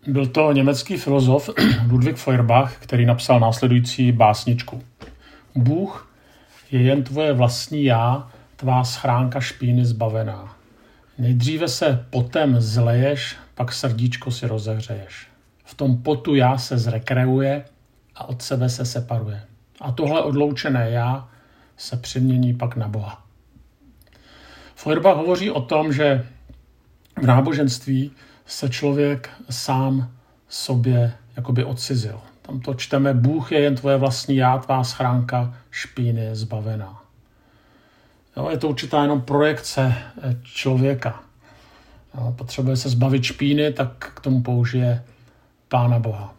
Byl to německý filozof Ludwig Feuerbach, který napsal následující básničku. Bůh je jen tvoje vlastní já, tvá schránka špíny zbavená. Nejdříve se potem zleješ, pak srdíčko si rozehřeješ. V tom potu já se zrekreuje a od sebe se separuje. A tohle odloučené já se přemění pak na Boha. Feuerbach hovoří o tom, že v náboženství se člověk sám sobě jakoby odcizil. Tam to čteme, Bůh je jen tvoje vlastní já, tvá schránka špíny zbavená. Jo, je to určitá jenom projekce člověka. Jo, potřebuje se zbavit špíny, tak k tomu použije Pána Boha.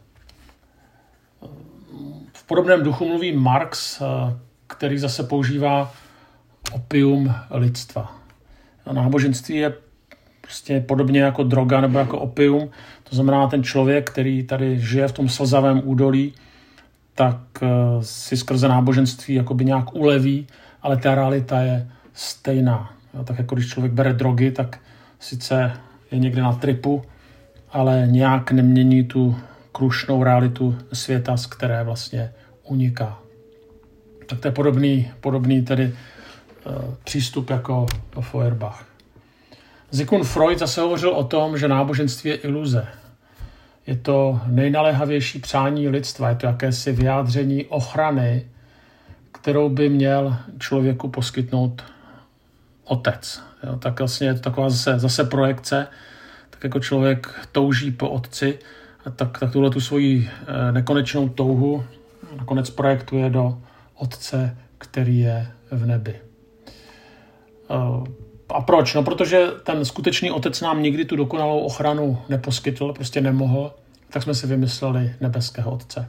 V podobném duchu mluví Marx, který zase používá opium lidstva. Náboženství je prostě podobně jako droga nebo jako opium. To znamená, ten člověk, který tady žije v tom slzavém údolí, tak si skrze náboženství jakoby nějak uleví, ale ta realita je stejná. Tak jako když člověk bere drogy, tak sice je někde na tripu, ale nějak nemění tu krušnou realitu světa, z které vlastně uniká. Tak to je podobný tedy přístup jako Feuerbach. Sigmund Freud zase hovořil o tom, že náboženství je iluze. Je to nejnaléhavější přání lidstva, je to jakési vyjádření ochrany, kterou by měl člověku poskytnout otec. Jo, tak vlastně je to taková zase projekce, tak jako člověk touží po otci, tak tuhle tu svoji nekonečnou touhu nakonec projektuje do otce, který je v nebi. A proč? No, protože ten skutečný otec nám nikdy tu dokonalou ochranu neposkytl, prostě nemohl, tak jsme si vymysleli nebeského otce.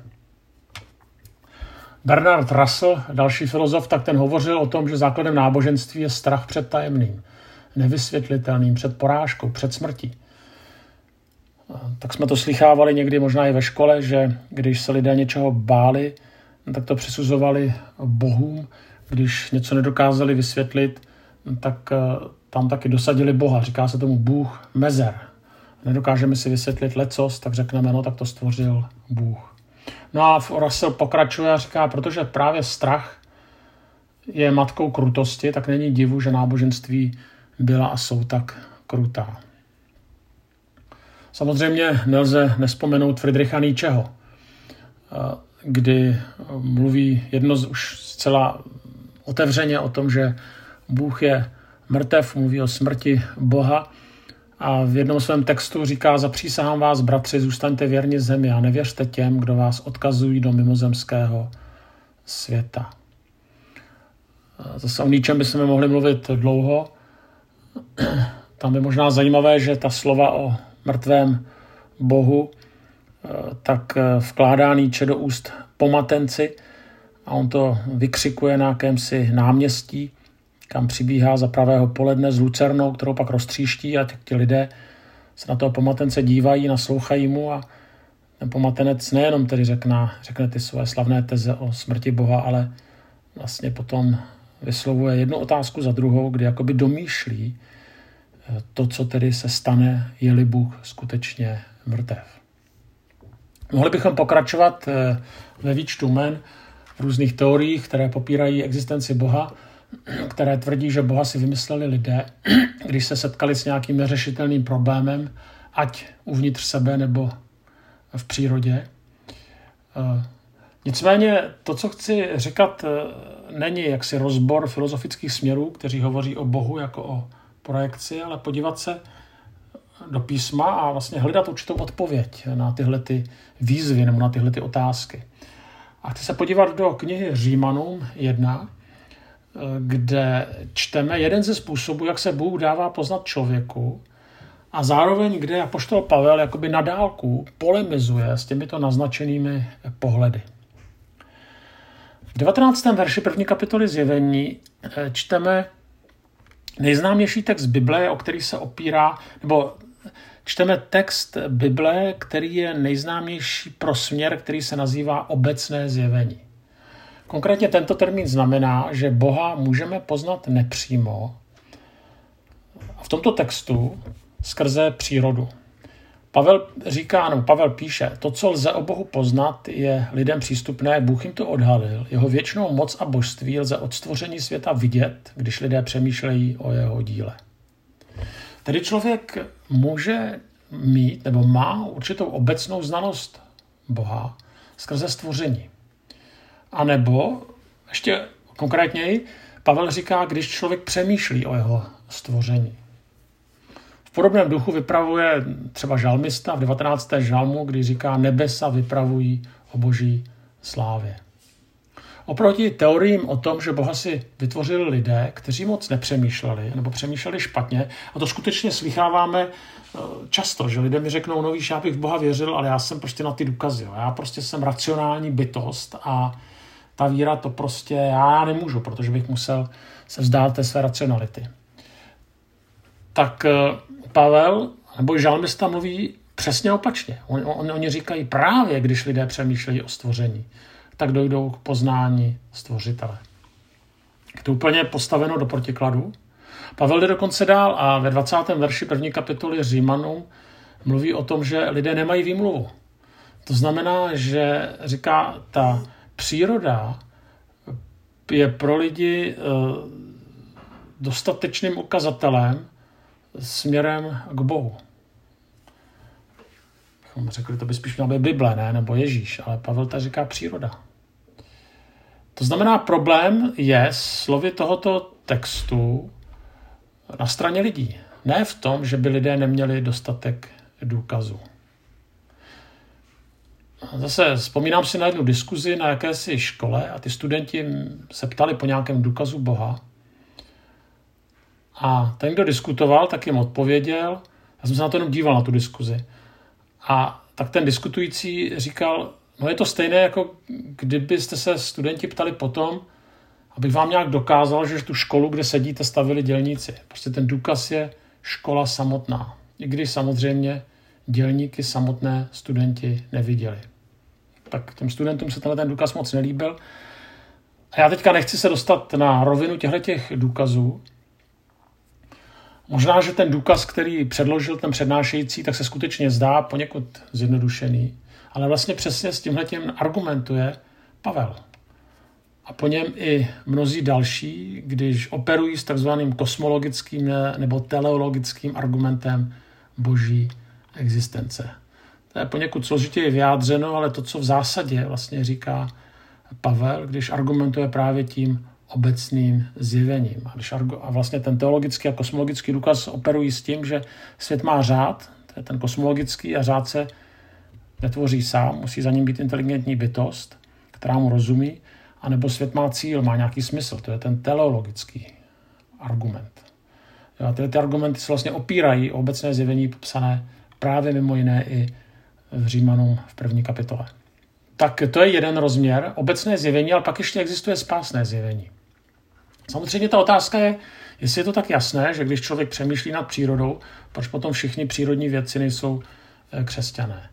Bernard Russell, další filozof, tak ten hovořil o tom, že základem náboženství je strach před tajemným, nevysvětlitelným, před porážkou, před smrtí. Tak jsme to slychávali někdy možná i ve škole, že když se lidé něčeho báli, tak to přisuzovali bohům. Když něco nedokázali vysvětlit, tak tam taky dosadili Boha. Říká se tomu Bůh mezer. Nedokážeme si vysvětlit lecos, tak řekneme, no tak to stvořil Bůh. No a Russell pokračuje a říká, protože právě strach je matkou krutosti, tak není divu, že náboženství byla a jsou tak krutá. Samozřejmě nelze nespomenout Friedricha Nietzscheho, kdy mluví už zcela otevřeně o tom, že Bůh je mrtev, mluví o smrti Boha a v jednom svém textu říká, zapřísahám vás, bratři, zůstaňte věrni zemi a nevěřte těm, kdo vás odkazují do mimozemského světa. Zase o ničem bychom mohli mluvit dlouho. Tam je možná zajímavé, že ta slova o mrtvém Bohu tak vkládá Nietzsche do úst pomatenci a on to vykřikuje na jakémsi náměstí, kam přibíhá za pravého poledne s lucernou, kterou pak roztříští a ti lidé se na toho pomatence dívají, naslouchají mu a ten pomatenec nejenom tedy řekne ty své slavné teze o smrti Boha, ale vlastně potom vyslovuje jednu otázku za druhou, kdy jakoby domýšlí to, co tedy se stane, je-li Bůh skutečně mrtev. Mohli bychom pokračovat ve výčtu jmen v různých teoriích, které popírají existenci Boha, které tvrdí, že Boha si vymysleli lidé, když se setkali s nějakým neřešitelným problémem, ať uvnitř sebe nebo v přírodě. Nicméně to, co chci říkat, není jaksi rozbor filozofických směrů, kteří hovoří o Bohu jako o projekci, ale podívat se do písma a vlastně hledat určitou odpověď na tyhle ty výzvy nebo na tyhle ty otázky. A chci se podívat do knihy Římanům 1, kde čteme jeden ze způsobů, jak se Bůh dává poznat člověku a zároveň, kde apoštol Pavel jakoby na dálku polemizuje s těmito naznačenými pohledy. V 19. verši 1. kapitoly Zjevení čteme nejznámější text Bible, o který se opírá, nebo čteme text Bible, který je nejznámější pro směr, který se nazývá obecné zjevení. Konkrétně tento termín znamená, že Boha můžeme poznat nepřímo a v tomto textu skrze přírodu. Pavel píše, to, co lze o Bohu poznat, je lidem přístupné, Bůh jim to odhalil. Jeho věčnou moc a božství lze od stvoření světa vidět, když lidé přemýšlejí o jeho díle. Tedy člověk může mít nebo má určitou obecnou znalost Boha skrze stvoření. A nebo, ještě konkrétněji, Pavel říká, když člověk přemýšlí o jeho stvoření. V podobném duchu vypravuje třeba žalmista v 19. žalmu, kdy říká, nebesa vypravují o boží slávě. Oproti teoriím o tom, že Boha si vytvořili lidé, kteří moc nepřemýšleli nebo přemýšleli špatně, a to skutečně slycháváme často, že lidé mi řeknou, no víš, já bych v Boha věřil, ale já jsem prostě na ty důkazy. Já prostě jsem racionální bytost a ta víra to prostě já nemůžu, protože bych musel se vzdát té své racionality. Tak Pavel nebo žalmista mluví přesně opačně. Oni říkají právě, když lidé přemýšlejí o stvoření, tak dojdou k poznání stvořitele. Je to úplně postaveno do protikladu. Pavel jde dokonce dál a ve 20. verši 1. kapitoly Římanům mluví o tom, že lidé nemají výmluvu. To znamená, že říká, ta příroda je pro lidi dostatečným ukazatelem směrem k Bohu. Bychom řekli, to by spíš měla být Bible, ne? Nebo Ježíš, ale Pavel tady říká příroda. To znamená, problém je slovy tohoto textu na straně lidí. Ne v tom, že by lidé neměli dostatek důkazů. Zase vzpomínám si na jednu diskuzi na jakési škole a ty studenti se ptali po nějakém důkazu Boha. A ten, kdo diskutoval, tak jim odpověděl. Já jsem se na to jenom díval, na tu diskuzi. A tak ten diskutující říkal, no je to stejné, jako kdybyste se studenti ptali potom, abych vám nějak dokázal, že tu školu, kde sedíte, stavili dělníci. Prostě ten důkaz je škola samotná. I když samozřejmě dělníky samotné studenti neviděli. Tak těm studentům se ten důkaz moc nelíbil. A já teďka nechci se dostat na rovinu těchto důkazů. Možná, že ten důkaz, který předložil ten přednášející, tak se skutečně zdá poněkud zjednodušený, ale vlastně přesně s tímhletím argumentuje Pavel. A po něm i mnozí další, když operují s takzvaným kosmologickým nebo teleologickým argumentem boží existence. To je poněkud složitěji vyjádřeno, ale to, co v zásadě vlastně říká Pavel, když argumentuje právě tím obecným zjevením. A vlastně ten teologický a kosmologický důkaz operují s tím, že svět má řád, to je ten kosmologický, a řád se netvoří sám, musí za ním být inteligentní bytost, která mu rozumí, anebo svět má cíl, má nějaký smysl, to je ten teleologický argument. A ty argumenty se vlastně opírají o obecné zjevení popsané právě mimo jiné i v Římanům v 1. kapitole. Tak to je jeden rozměr, obecné zjevení, ale pak ještě existuje spásné zjevení. Samozřejmě ta otázka je, jestli je to tak jasné, že když člověk přemýšlí nad přírodou, proč potom všichni přírodní vědci nejsou křesťané.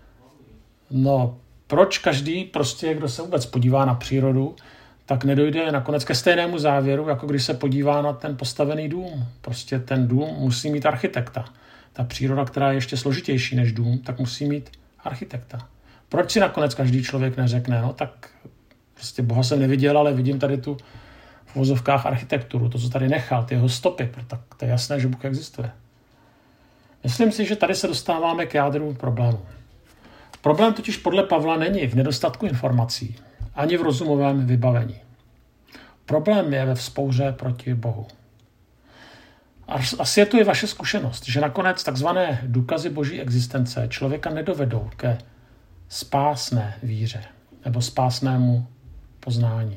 No, proč každý, prostě, kdo se vůbec podívá na přírodu, tak nedojde nakonec ke stejnému závěru, jako když se podívá na ten postavený dům. Prostě ten dům musí mít architekta. Ta příroda, která je ještě složitější než dům, tak musí mít architekta. Proč si nakonec každý člověk neřekne, no tak prostě Boha jsem neviděl, ale vidím tady tu v uvozovkách architekturu, to, co tady nechal, ty jeho stopy, tak to je jasné, že Bůh existuje. Myslím si, že tady se dostáváme k jádru problému. Problém totiž podle Pavla není v nedostatku informací, ani v rozumovém vybavení. Problém je ve vzpouře proti Bohu. Asi je to i vaše zkušenost, že nakonec takzvané důkazy boží existence člověka nedovedou ke spásné víře nebo spásnému poznání.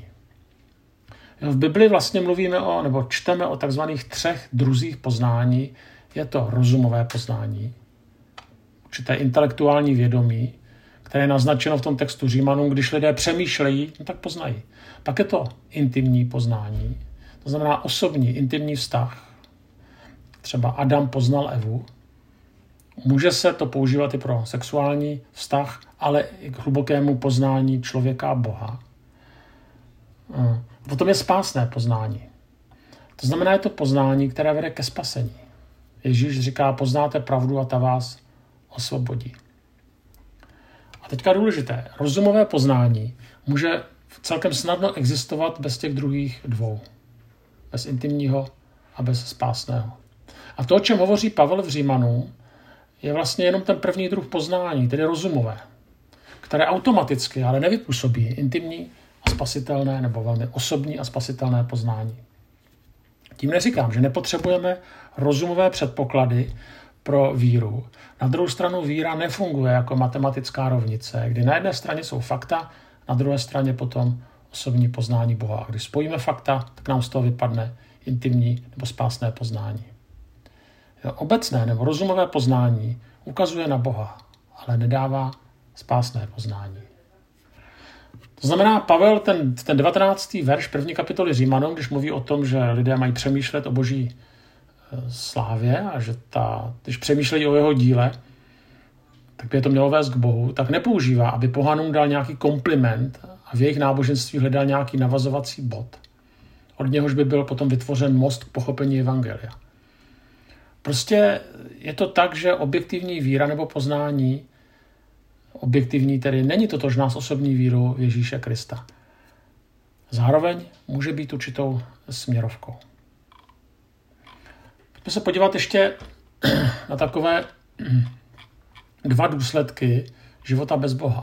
V Bibli vlastně mluvíme nebo čteme o takzvaných 3 druzích poznání. Je to rozumové poznání, určité intelektuální vědomí, které je naznačeno v tom textu Římanům, když lidé přemýšlejí, no tak poznají. Pak je to intimní poznání, to znamená osobní, intimní vztah. Třeba Adam poznal Evu. Může se to používat i pro sexuální vztah, ale i k hlubokému poznání člověka a Boha. Potom je spásné poznání. To znamená, je to poznání, které vede ke spasení. Ježíš říká, poznáte pravdu a ta vás osvobodí. A teďka důležité. Rozumové poznání může celkem snadno existovat bez těch druhých dvou. Bez intimního a bez spásného. A to, o čem hovoří Pavel v Římanům, je vlastně jenom ten první druh poznání, tedy rozumové, které automaticky, ale nevypůsobí intimní a spasitelné nebo velmi osobní a spasitelné poznání. Tím neříkám, že nepotřebujeme rozumové předpoklady pro víru. Na druhou stranu víra nefunguje jako matematická rovnice, kdy na jedné straně jsou fakta, na druhé straně potom osobní poznání Boha. A když spojíme fakta, tak nám z toho vypadne intimní nebo spásné poznání. Obecné nebo rozumové poznání ukazuje na Boha, ale nedává spásné poznání. To znamená, Pavel, ten 19. verš 1. kapitoly Římanům, když mluví o tom, že lidé mají přemýšlet o boží slávě a že když přemýšlejí o jeho díle, tak by je to mělo vést k Bohu, tak nepoužívá, aby pohanům dal nějaký kompliment a v jejich náboženství hledal nějaký navazovací bod. Od něhož by byl potom vytvořen most k pochopení evangelia. Prostě je to tak, že objektivní víra nebo poznání, objektivní tedy není totožná s osobní vírou v Ježíše Krista. Zároveň může být určitou směrovkou. Pojďme se podívat ještě na takové dva důsledky života bez Boha.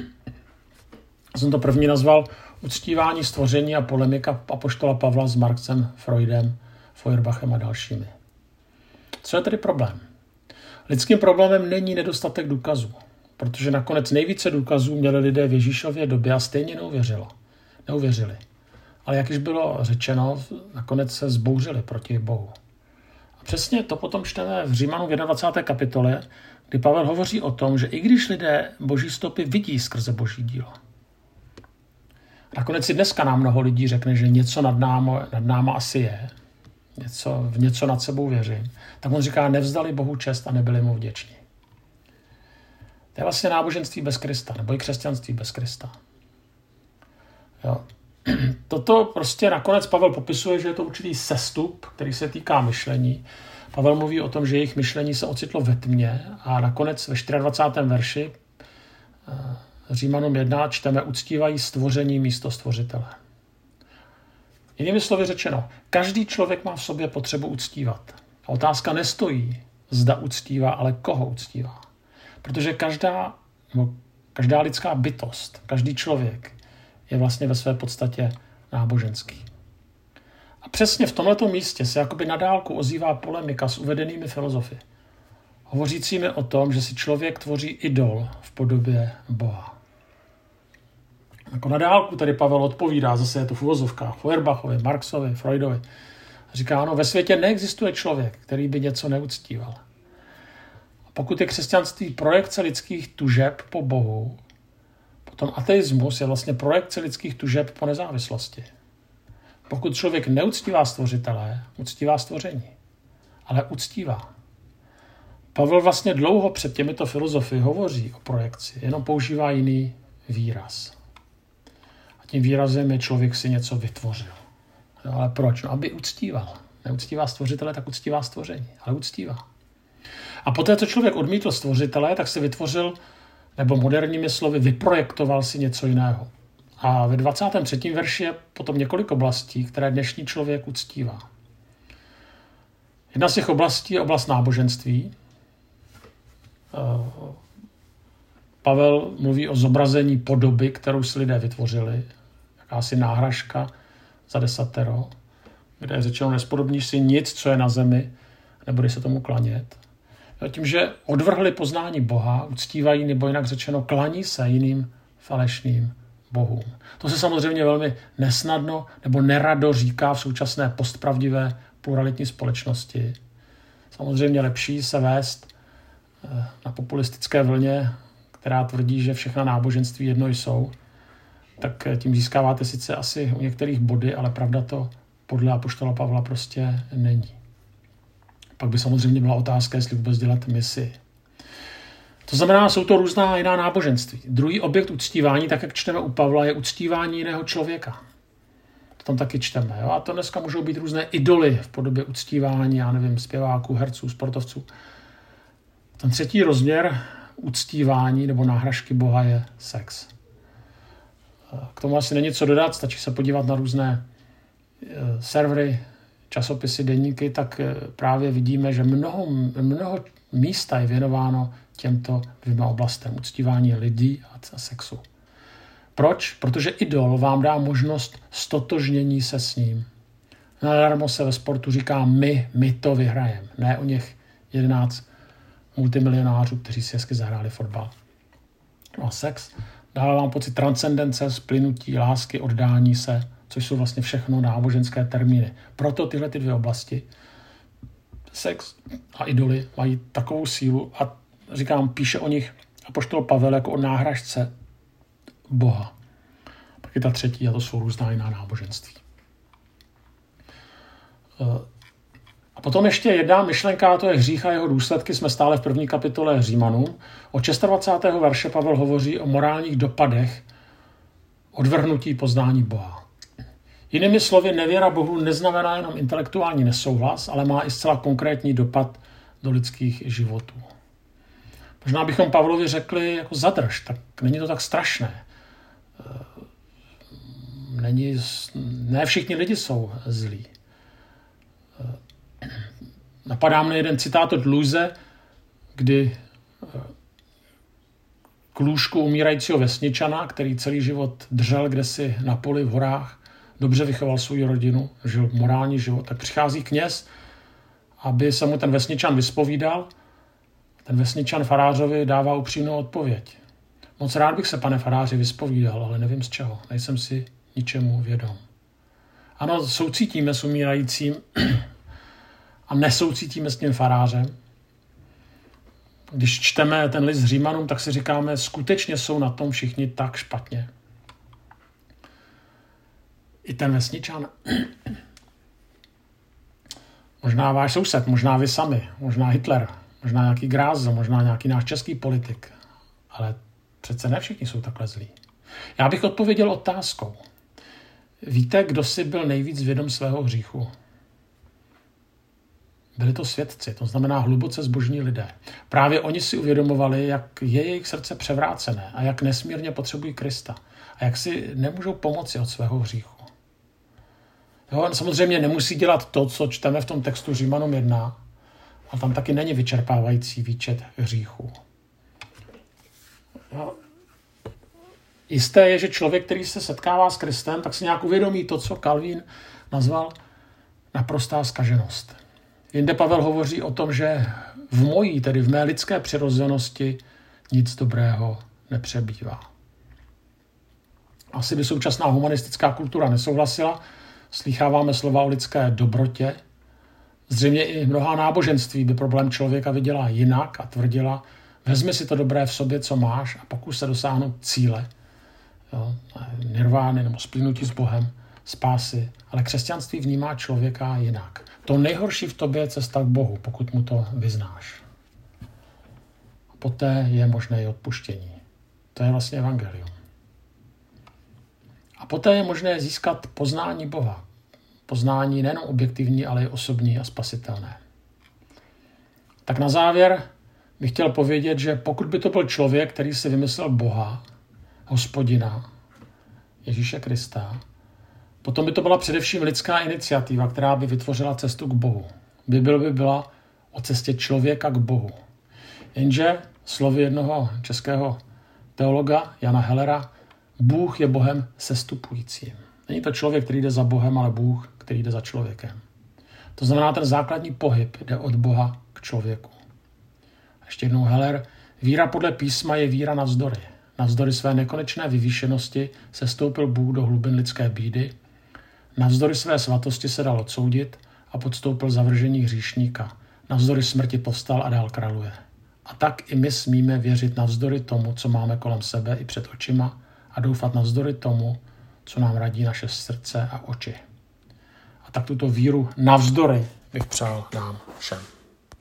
Já jsem to první nazval uctívání stvoření a polemika apoštola Pavla s Marxem, Freudem, Feuerbachem a dalšími. Co je tedy problém? Lidským problémem není nedostatek důkazů, protože nakonec nejvíce důkazů měli lidé v Ježíšově době a stejně neuvěřili. Ale jak již bylo řečeno, nakonec se zbouřili proti Bohu. A přesně to potom čteme v Římanům v 21. kapitole, kdy Pavel hovoří o tom, že i když lidé boží stopy vidí skrze boží dílo. Nakonec i dneska nám mnoho lidí řekne, že něco nad náma asi je, v něco nad sebou věřím, tak on říká, nevzdali Bohu čest a nebyli mu vděční. To je vlastně náboženství bez Krista, nebo i křesťanství bez Krista. Jo. Toto prostě nakonec Pavel popisuje, že je to určitý sestup, který se týká myšlení. Pavel mluví o tom, že jejich myšlení se ocitlo ve tmě a nakonec ve 24. verši Římanům 1 čteme uctívají stvoření místo stvořitele. Jinými slovy řečeno, každý člověk má v sobě potřebu uctívat. A otázka nestojí, zda uctívá, ale koho uctívá. Protože každá lidská bytost, každý člověk je vlastně ve své podstatě náboženský. A přesně v tomto místě se jakoby na dálku ozývá polemika s uvedenými filozofy, hovořícími o tom, že si člověk tvoří idol v podobě Boha. Jako na dálku tady Pavel odpovídá, zase je to v uvozovkách, Feuerbachovi, Marxovi, Freudovi. Říká, ano, ve světě neexistuje člověk, který by něco neuctíval. A pokud je křesťanství projekce lidských tužeb po Bohu, potom ateismus je vlastně projekce lidských tužeb po nezávislosti. Pokud člověk neuctívá stvořitele, uctívá stvoření. Ale uctívá. Pavel vlastně dlouho před těmito filozofy hovoří o projekci, jenom používá jiný výraz. A tím výrazem je člověk si něco vytvořil. No, ale proč? No, aby uctíval. Neuctívá stvořitele, tak uctívá stvoření. Ale uctívá. A poté, co člověk odmítl stvořitele, tak si vytvořil, nebo moderními slovy, vyprojektoval si něco jiného. A ve 23. verši je potom několik oblastí, které dnešní člověk uctívá. Jedna z těch oblastí je oblast náboženství. Pavel mluví o zobrazení podoby, kterou si lidé vytvořili. Jakási náhražka za 10, kde je řečeno, nespodobníš si nic, co je na zemi, nebudeš se tomu klanět. Tím, že odvrhli poznání Boha, uctívají, nebo jinak řečeno, klaní se jiným falešným bohům. To se samozřejmě velmi nesnadno nebo nerado říká v současné postpravdivé pluralitní společnosti. Samozřejmě lepší se vést na populistické vlně, která tvrdí, že všechna náboženství jedno jsou, tak tím získáváte sice asi u některých body, ale pravda to podle apoštola Pavla prostě není. Pak by samozřejmě byla otázka, jestli vůbec dělat misi. To znamená, jsou to různá jiná náboženství. Druhý objekt uctívání, tak jak čteme u Pavla, je uctívání jiného člověka. To tam taky čteme. Jo? A to dneska můžou být různé idoly v podobě uctívání, já nevím, zpěváků, herců, sportovců. Ten třetí rozměr uctívání nebo náhražky Boha je sex. K tomu asi není co dodat, stačí se podívat na různé servery, časopisy, deníky, tak právě vidíme, že mnoho místa je věnováno těmto dvěma oblastem, uctívání lidí a sexu. Proč? Protože idol vám dá možnost stotožnění se s ním. Nadarmo se ve sportu říká my to vyhrajeme, ne o něch 11 multimilionářů, kteří si hezky zahráli fotbal. No a sex dává vám pocit transcendence, splynutí, lásky, oddání se, což jsou vlastně všechno náboženské termíny. Proto tyhle ty dvě oblasti, sex a idoly, mají takovou sílu a říkám, píše o nich apoštol Pavel jako o náhražce Boha. Pak je ta třetí a to jsou různá jiná náboženství. A potom ještě jedna myšlenka, a to je hřích a jeho důsledky. Jsme stále v první kapitole Římanům. Od 26. verše Pavel hovoří o morálních dopadech odvrhnutí poznání Boha. Jinými slovy, nevěra Bohu neznamená jenom intelektuální nesouhlas, ale má i zcela konkrétní dopad do lidských životů. Možná bychom Pavlovi řekli jako zadrž, tak není to tak strašné. Ne všichni lidi jsou zlí. Napadá mne jeden citát od Luise, kdy k lůžku umírajícího vesničana, který celý život držel kdesi na poli v horách, dobře vychoval svou rodinu, žil morální život, tak přichází kněz, aby se mu ten vesničan vyspovídal. Ten vesničan farářovi dává upřímnou odpověď. Moc rád bych se, pane faráři, vyspovídal, ale nevím z čeho. Nejsem si ničemu vědom. Ano, soucítíme s umírajícím a nesoucítíme s tím farářem. Když čteme ten list Římanům, tak si říkáme, skutečně jsou na tom všichni tak špatně. I ten vesničan. Možná váš soused, možná vy sami, možná Hitler, možná nějaký Grázo, možná nějaký náš český politik. Ale přece ne všichni jsou takhle zlí. Já bych odpověděl otázkou. Víte, kdo si byl nejvíc vědom svého hříchu? Byli to svědci, to znamená hluboce zbožní lidé. Právě oni si uvědomovali, jak je jejich srdce převrácené a jak nesmírně potřebují Krista a jak si nemůžou pomoci od svého hříchu. Jo, samozřejmě nemusí dělat to, co čteme v tom textu Římanům 1, ale tam taky není vyčerpávající výčet hříchů. Jo. Jisté je, že člověk, který se setkává s Kristem, tak si nějak uvědomí to, co Calvin nazval naprostá zkaženost. Jinde Pavel hovoří o tom, že v mé lidské přirozenosti nic dobrého nepřebývá. Asi by současná humanistická kultura nesouhlasila. Slýcháváme slova o lidské dobrotě. Zřejmě i mnohá náboženství by problém člověka viděla jinak a tvrdila, vezmi si to dobré v sobě, co máš a pokus se dosáhnout cíle, nirvány nebo splynutí s Bohem, spásy. Ale křesťanství vnímá člověka jinak. To nejhorší v tobě je cesta k Bohu, pokud mu to vyznáš. A poté je možné i odpuštění. To je vlastně evangelium. A poté je možné získat poznání Boha. Poznání nejen objektivní, ale i osobní a spasitelné. Tak na závěr bych chtěl povědět, že pokud by to byl člověk, který si vymyslel Boha, Hospodina, Ježíše Krista, potom by to byla především lidská iniciativa, která by vytvořila cestu k Bohu. Bible by byla o cestě člověka k Bohu. Jenže slovy jednoho českého teologa Jana Hellera, Bůh je Bohem sestupujícím. Není to člověk, který jde za Bohem, ale Bůh, který jde za člověkem. To znamená, ten základní pohyb jde od Boha k člověku. A ještě jednou Heller, víra podle písma je víra navzdory. Navzdory své nekonečné vyvýšenosti sestoupil Bůh do hlubin lidské bídy, navzdory své svatosti se dal odsoudit a podstoupil zavržení hříšníka. Navzdory smrti povstal a dál králuje. A tak i my smíme věřit navzdory tomu, co máme kolem sebe i před očima a doufat navzdory tomu, co nám radí naše srdce a oči. A tak tuto víru navzdory bych přál nám všem.